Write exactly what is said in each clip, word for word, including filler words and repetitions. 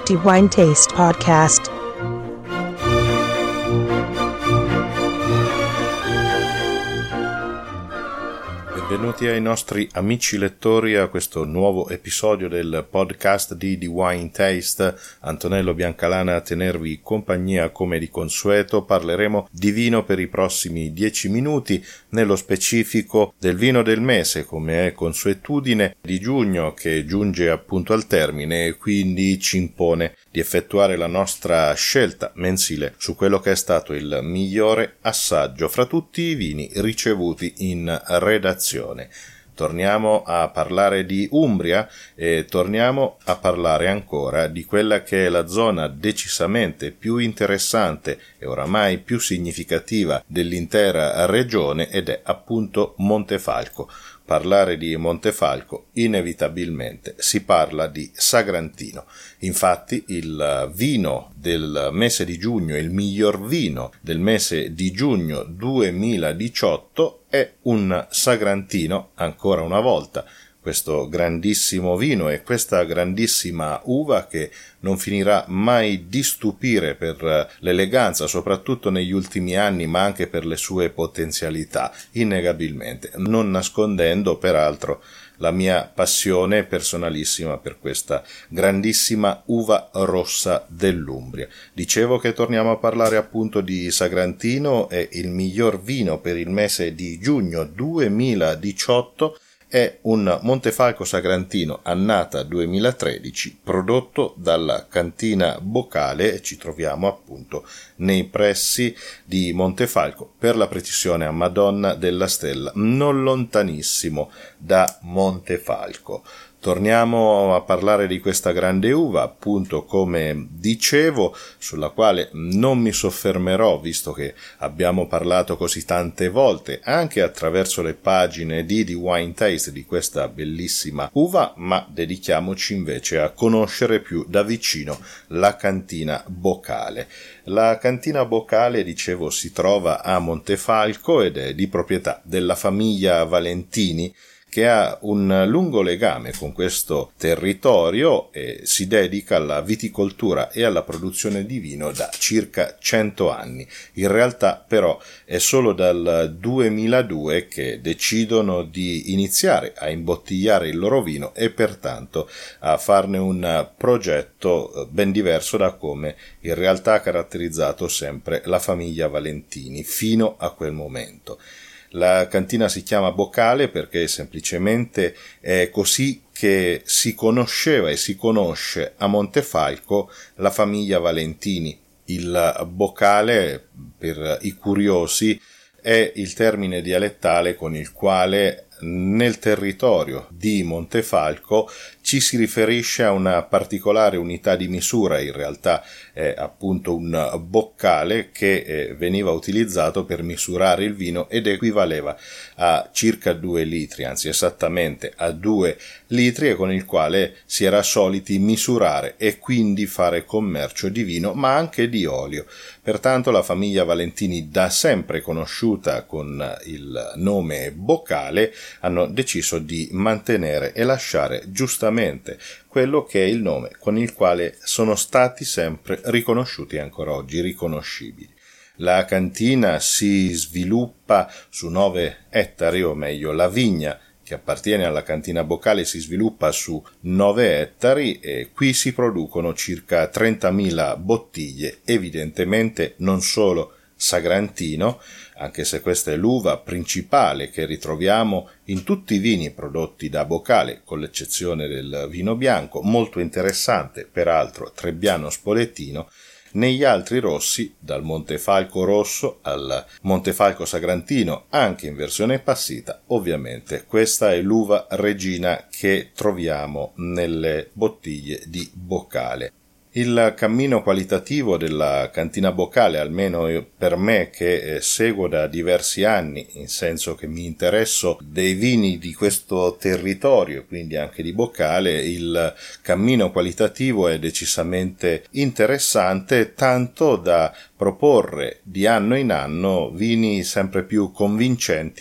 The Wine Taste Podcast. Benvenuti ai nostri amici lettori a questo nuovo episodio del podcast di The Wine Taste. Antonello Biancalana a tenervi compagnia come di consueto. Parleremo di vino per i prossimi dieci minuti, nello specifico del vino del mese, come è consuetudine, di giugno, che giunge appunto al termine e quindi ci impone di effettuare la nostra scelta mensile su quello che è stato il migliore assaggio fra tutti i vini ricevuti in redazione. Torniamo a parlare di Umbria e torniamo a parlare ancora di quella che è la zona decisamente più interessante e oramai più significativa dell'intera regione, ed è appunto Montefalco. Parlare di Montefalco inevitabilmente si parla di Sagrantino. Infatti il vino del mese di giugno, il miglior vino del mese di giugno duemiladiciotto è un Sagrantino, ancora una volta. Questo grandissimo vino e questa grandissima uva che non finirà mai di stupire per l'eleganza, soprattutto negli ultimi anni, ma anche per le sue potenzialità, innegabilmente, non nascondendo peraltro la mia passione personalissima per questa grandissima uva rossa dell'Umbria. Dicevo che torniamo a parlare appunto di Sagrantino e il miglior vino per il mese di giugno duemiladiciotto è un Montefalco Sagrantino annata duemilatredici, prodotto dalla cantina Boccale, e ci troviamo appunto nei pressi di Montefalco, per la precisione a Madonna della Stella, non lontanissimo da Montefalco. Torniamo a parlare di questa grande uva, appunto come dicevo, sulla quale non mi soffermerò, visto che abbiamo parlato così tante volte, anche attraverso le pagine di The Wine Taste, di questa bellissima uva, ma dedichiamoci invece a conoscere più da vicino la cantina Boccale. La cantina Boccale, dicevo, si trova a Montefalco ed è di proprietà della famiglia Valentini, che ha un lungo legame con questo territorio e si dedica alla viticoltura e alla produzione di vino da circa cento anni. In realtà però è solo dal duemiladue che decidono di iniziare a imbottigliare il loro vino e pertanto a farne un progetto ben diverso da come in realtà ha caratterizzato sempre la famiglia Valentini fino a quel momento. La cantina si chiama Boccale perché semplicemente è così che si conosceva e si conosce a Montefalco la famiglia Valentini. Il boccale, per i curiosi, è il termine dialettale con il quale nel territorio di Montefalco ci si riferisce a una particolare unità di misura. In realtà è appunto un boccale che eh, veniva utilizzato per misurare il vino ed equivaleva a circa due litri, anzi esattamente a due litri, e con il quale si era soliti misurare e quindi fare commercio di vino ma anche di olio. Pertanto la famiglia Valentini, da sempre conosciuta con il nome Boccale, hanno deciso di mantenere e lasciare giustamente quello che è il nome con il quale sono stati sempre riconosciuti e ancora oggi riconoscibili. La cantina si sviluppa su nove ettari, o meglio la vigna che appartiene alla cantina Boccale si sviluppa su nove ettari e qui si producono circa trentamila bottiglie, evidentemente non solo Sagrantino, anche se questa è l'uva principale che ritroviamo in tutti i vini prodotti da Boccale, con l'eccezione del vino bianco, molto interessante, peraltro Trebbiano Spoletino. Negli altri rossi, dal Montefalco rosso al Montefalco Sagrantino, anche in versione passita, ovviamente questa è l'uva regina che troviamo nelle bottiglie di Boccale. Il cammino qualitativo della cantina Boccale, almeno per me che seguo da diversi anni, in senso che mi interesso dei vini di questo territorio, quindi anche di Boccale, il cammino qualitativo è decisamente interessante, tanto da proporre di anno in anno vini sempre più convincenti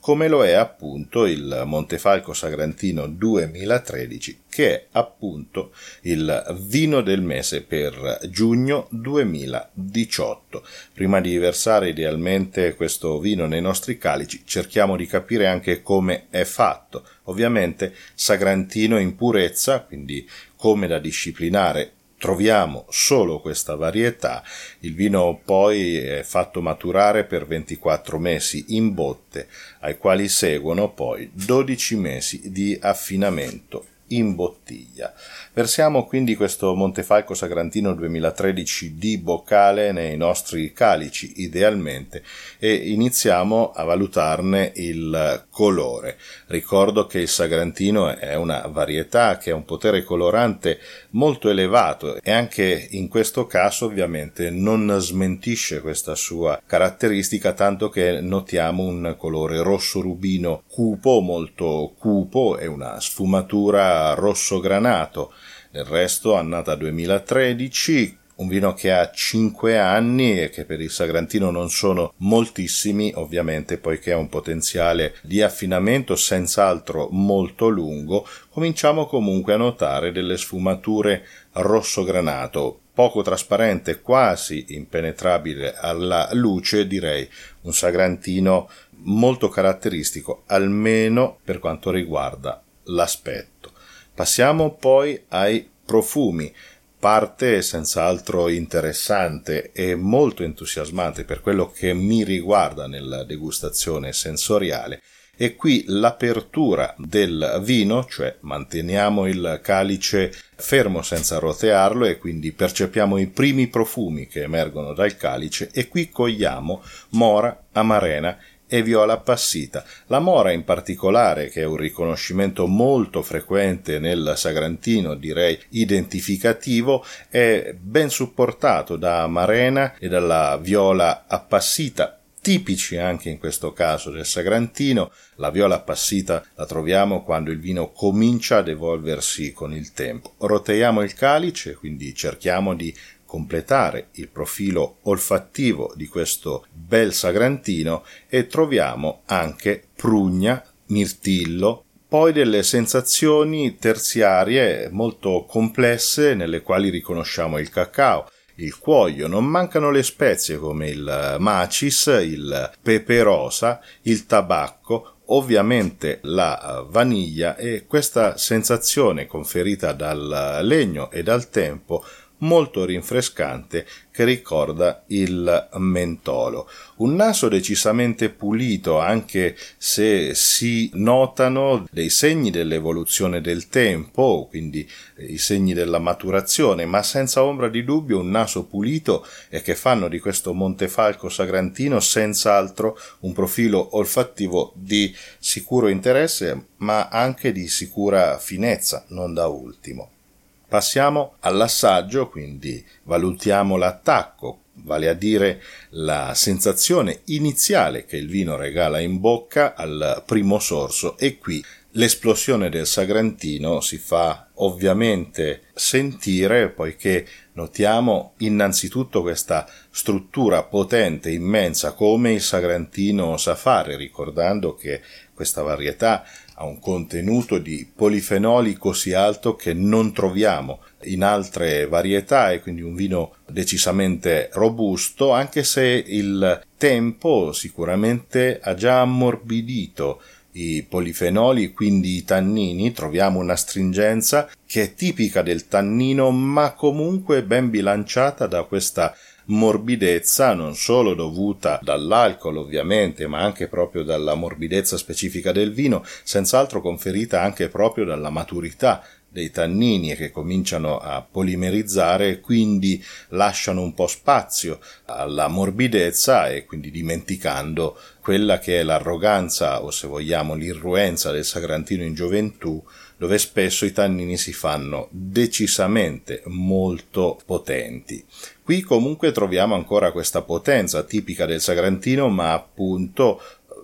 come lo è appunto il Montefalco Sagrantino duemilatredici, che è appunto il vino del mese per giugno duemiladiciotto. Prima di versare idealmente questo vino nei nostri calici, cerchiamo di capire anche come è fatto. Ovviamente Sagrantino in purezza, quindi come da disciplinare, troviamo solo questa varietà. Il vino poi è fatto maturare per ventiquattro mesi in botte, ai quali seguono poi dodici mesi di affinamento in bottiglia. Versiamo quindi questo Montefalco Sagrantino duemilatredici di boccale nei nostri calici idealmente e iniziamo a valutarne il colore. Ricordo che il Sagrantino è una varietà che ha un potere colorante molto elevato e anche in questo caso ovviamente non smentisce questa sua caratteristica, tanto che notiamo un colore rosso rubino cupo, molto cupo, e una sfumatura rosso granato. Del resto, annata duemilatredici, un vino che ha cinque anni e che per il Sagrantino non sono moltissimi, ovviamente, poiché ha un potenziale di affinamento senz'altro molto lungo. Cominciamo comunque a notare delle sfumature rosso granato, poco trasparente, quasi impenetrabile alla luce, direi un Sagrantino molto caratteristico, almeno per quanto riguarda l'aspetto. Passiamo poi ai profumi, parte senz'altro interessante e molto entusiasmante per quello che mi riguarda nella degustazione sensoriale. E qui l'apertura del vino, cioè manteniamo il calice fermo senza rotearlo e quindi percepiamo i primi profumi che emergono dal calice, e qui cogliamo mora, amarena e viola appassita. La mora in particolare, che è un riconoscimento molto frequente nel Sagrantino, direi identificativo, è ben supportato da amarena e dalla viola appassita, tipici anche in questo caso del Sagrantino. La viola appassita la troviamo quando il vino comincia ad evolversi con il tempo. Roteiamo il calice, quindi cerchiamo di completare il profilo olfattivo di questo bel Sagrantino, e troviamo anche prugna, mirtillo, poi delle sensazioni terziarie molto complesse nelle quali riconosciamo il cacao, il cuoio. Non mancano le spezie come il macis, il pepe rosa, il tabacco, ovviamente la vaniglia, e questa sensazione conferita dal legno e dal tempo molto rinfrescante che ricorda il mentolo. Un naso decisamente pulito, anche se si notano dei segni dell'evoluzione del tempo, quindi i segni della maturazione, ma senza ombra di dubbio un naso pulito, e che fanno di questo Montefalco Sagrantino senz'altro un profilo olfattivo di sicuro interesse, ma anche di sicura finezza, non da ultimo. Passiamo all'assaggio, quindi valutiamo l'attacco, vale a dire la sensazione iniziale che il vino regala in bocca al primo sorso, e qui l'esplosione del Sagrantino si fa ovviamente sentire, poiché notiamo innanzitutto questa struttura potente, immensa, come il Sagrantino sa fare, ricordando che questa varietà ha un contenuto di polifenoli così alto che non troviamo in altre varietà, e quindi un vino decisamente robusto, anche se il tempo sicuramente ha già ammorbidito i polifenoli, quindi i tannini. Troviamo una stringenza che è tipica del tannino, ma comunque ben bilanciata da questa morbidezza, non solo dovuta dall'alcol ovviamente, ma anche proprio dalla morbidezza specifica del vino, senz'altro conferita anche proprio dalla maturità dei tannini che cominciano a polimerizzare e quindi lasciano un po' spazio alla morbidezza, e quindi dimenticando quella che è l'arroganza, o se vogliamo l'irruenza del Sagrantino in gioventù, dove spesso i tannini si fanno decisamente molto potenti. Qui comunque troviamo ancora questa potenza tipica del Sagrantino, ma appunto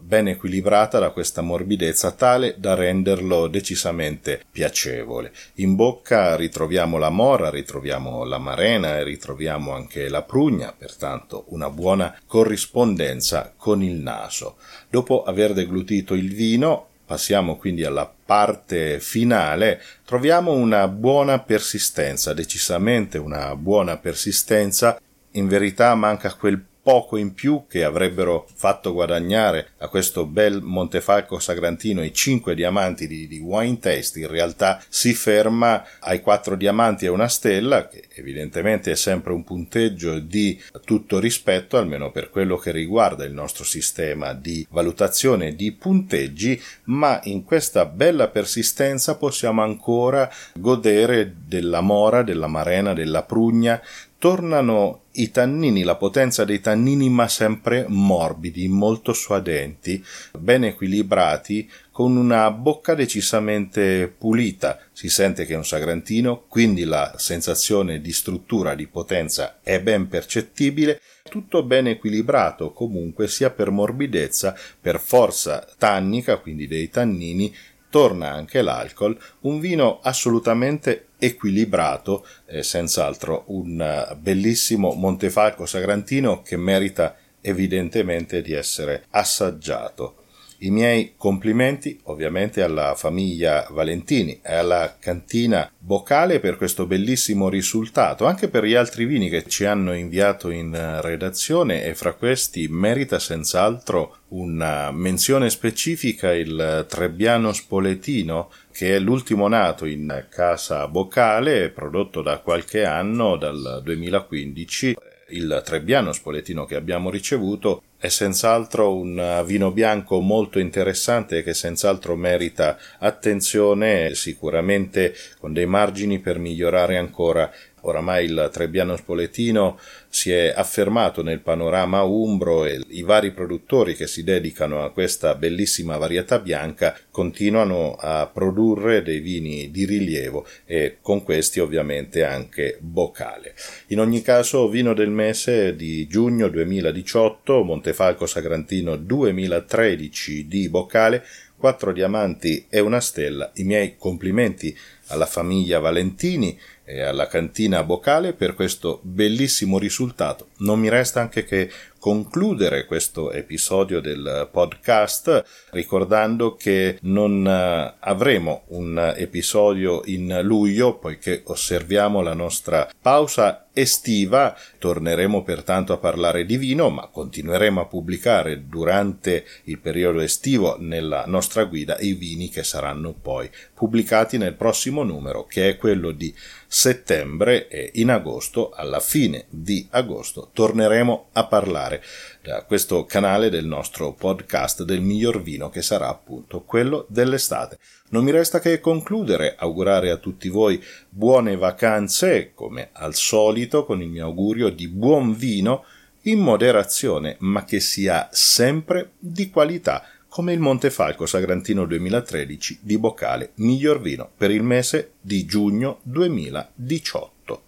ben equilibrata da questa morbidezza tale da renderlo decisamente piacevole. In bocca ritroviamo la mora, ritroviamo l'amarena e ritroviamo anche la prugna, pertanto una buona corrispondenza con il naso. Dopo aver deglutito il vino, passiamo quindi alla parte finale, troviamo una buona persistenza, decisamente una buona persistenza. In verità manca quel poco in più che avrebbero fatto guadagnare a questo bel Montefalco Sagrantino i cinque diamanti di, di Wine Taste. In realtà si ferma ai quattro diamanti e una stella, che evidentemente è sempre un punteggio di tutto rispetto, almeno per quello che riguarda il nostro sistema di valutazione di punteggi, ma in questa bella persistenza possiamo ancora godere della mora, dell'amarena, della prugna. Tornano i tannini, la potenza dei tannini, ma sempre morbidi, molto suadenti, ben equilibrati, con una bocca decisamente pulita. Si sente che è un Sagrantino, quindi la sensazione di struttura, di potenza è ben percettibile, tutto ben equilibrato comunque sia per morbidezza, per forza tannica, quindi dei tannini. Torna anche l'alcol, un vino assolutamente equilibrato, eh, senz'altro un uh, bellissimo Montefalco Sagrantino che merita evidentemente di essere assaggiato. I miei complimenti ovviamente alla famiglia Valentini e alla cantina Boccale per questo bellissimo risultato, anche per gli altri vini che ci hanno inviato in redazione, e fra questi merita senz'altro una menzione specifica il Trebbiano Spoletino, che è l'ultimo nato in casa Boccale, prodotto da qualche anno, dal duemilaquindici. Il Trebbiano Spoletino che abbiamo ricevuto è senz'altro un vino bianco molto interessante che senz'altro merita attenzione, sicuramente con dei margini per migliorare ancora. Oramai il Trebbiano Spoletino si è affermato nel panorama umbro e i vari produttori che si dedicano a questa bellissima varietà bianca continuano a produrre dei vini di rilievo, e con questi ovviamente anche Boccale. In ogni caso, vino del mese di giugno duemiladiciotto, Montefalco Sagrantino duemilatredici di Boccale, quattro diamanti e una stella. I miei complimenti alla famiglia Valentini e alla cantina Boccale per questo bellissimo risultato. Non mi resta anche che concludere questo episodio del podcast ricordando che non avremo un episodio in luglio, poiché osserviamo la nostra pausa estiva. Torneremo pertanto a parlare di vino, ma continueremo a pubblicare durante il periodo estivo nella nostra guida i vini che saranno poi pubblicati nel prossimo numero, che è quello di settembre, e in agosto, alla fine di agosto, torneremo a parlare da questo canale del nostro podcast del miglior vino, che sarà appunto quello dell'estate. Non mi resta che concludere, augurare a tutti voi buone vacanze, come al solito, con il mio augurio di buon vino in moderazione, ma che sia sempre di qualità, come il Montefalco Sagrantino duemilatredici di Boccale, miglior vino per il mese di giugno duemiladiciotto.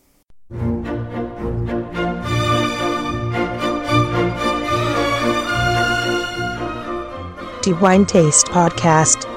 The Wine Taste Podcast.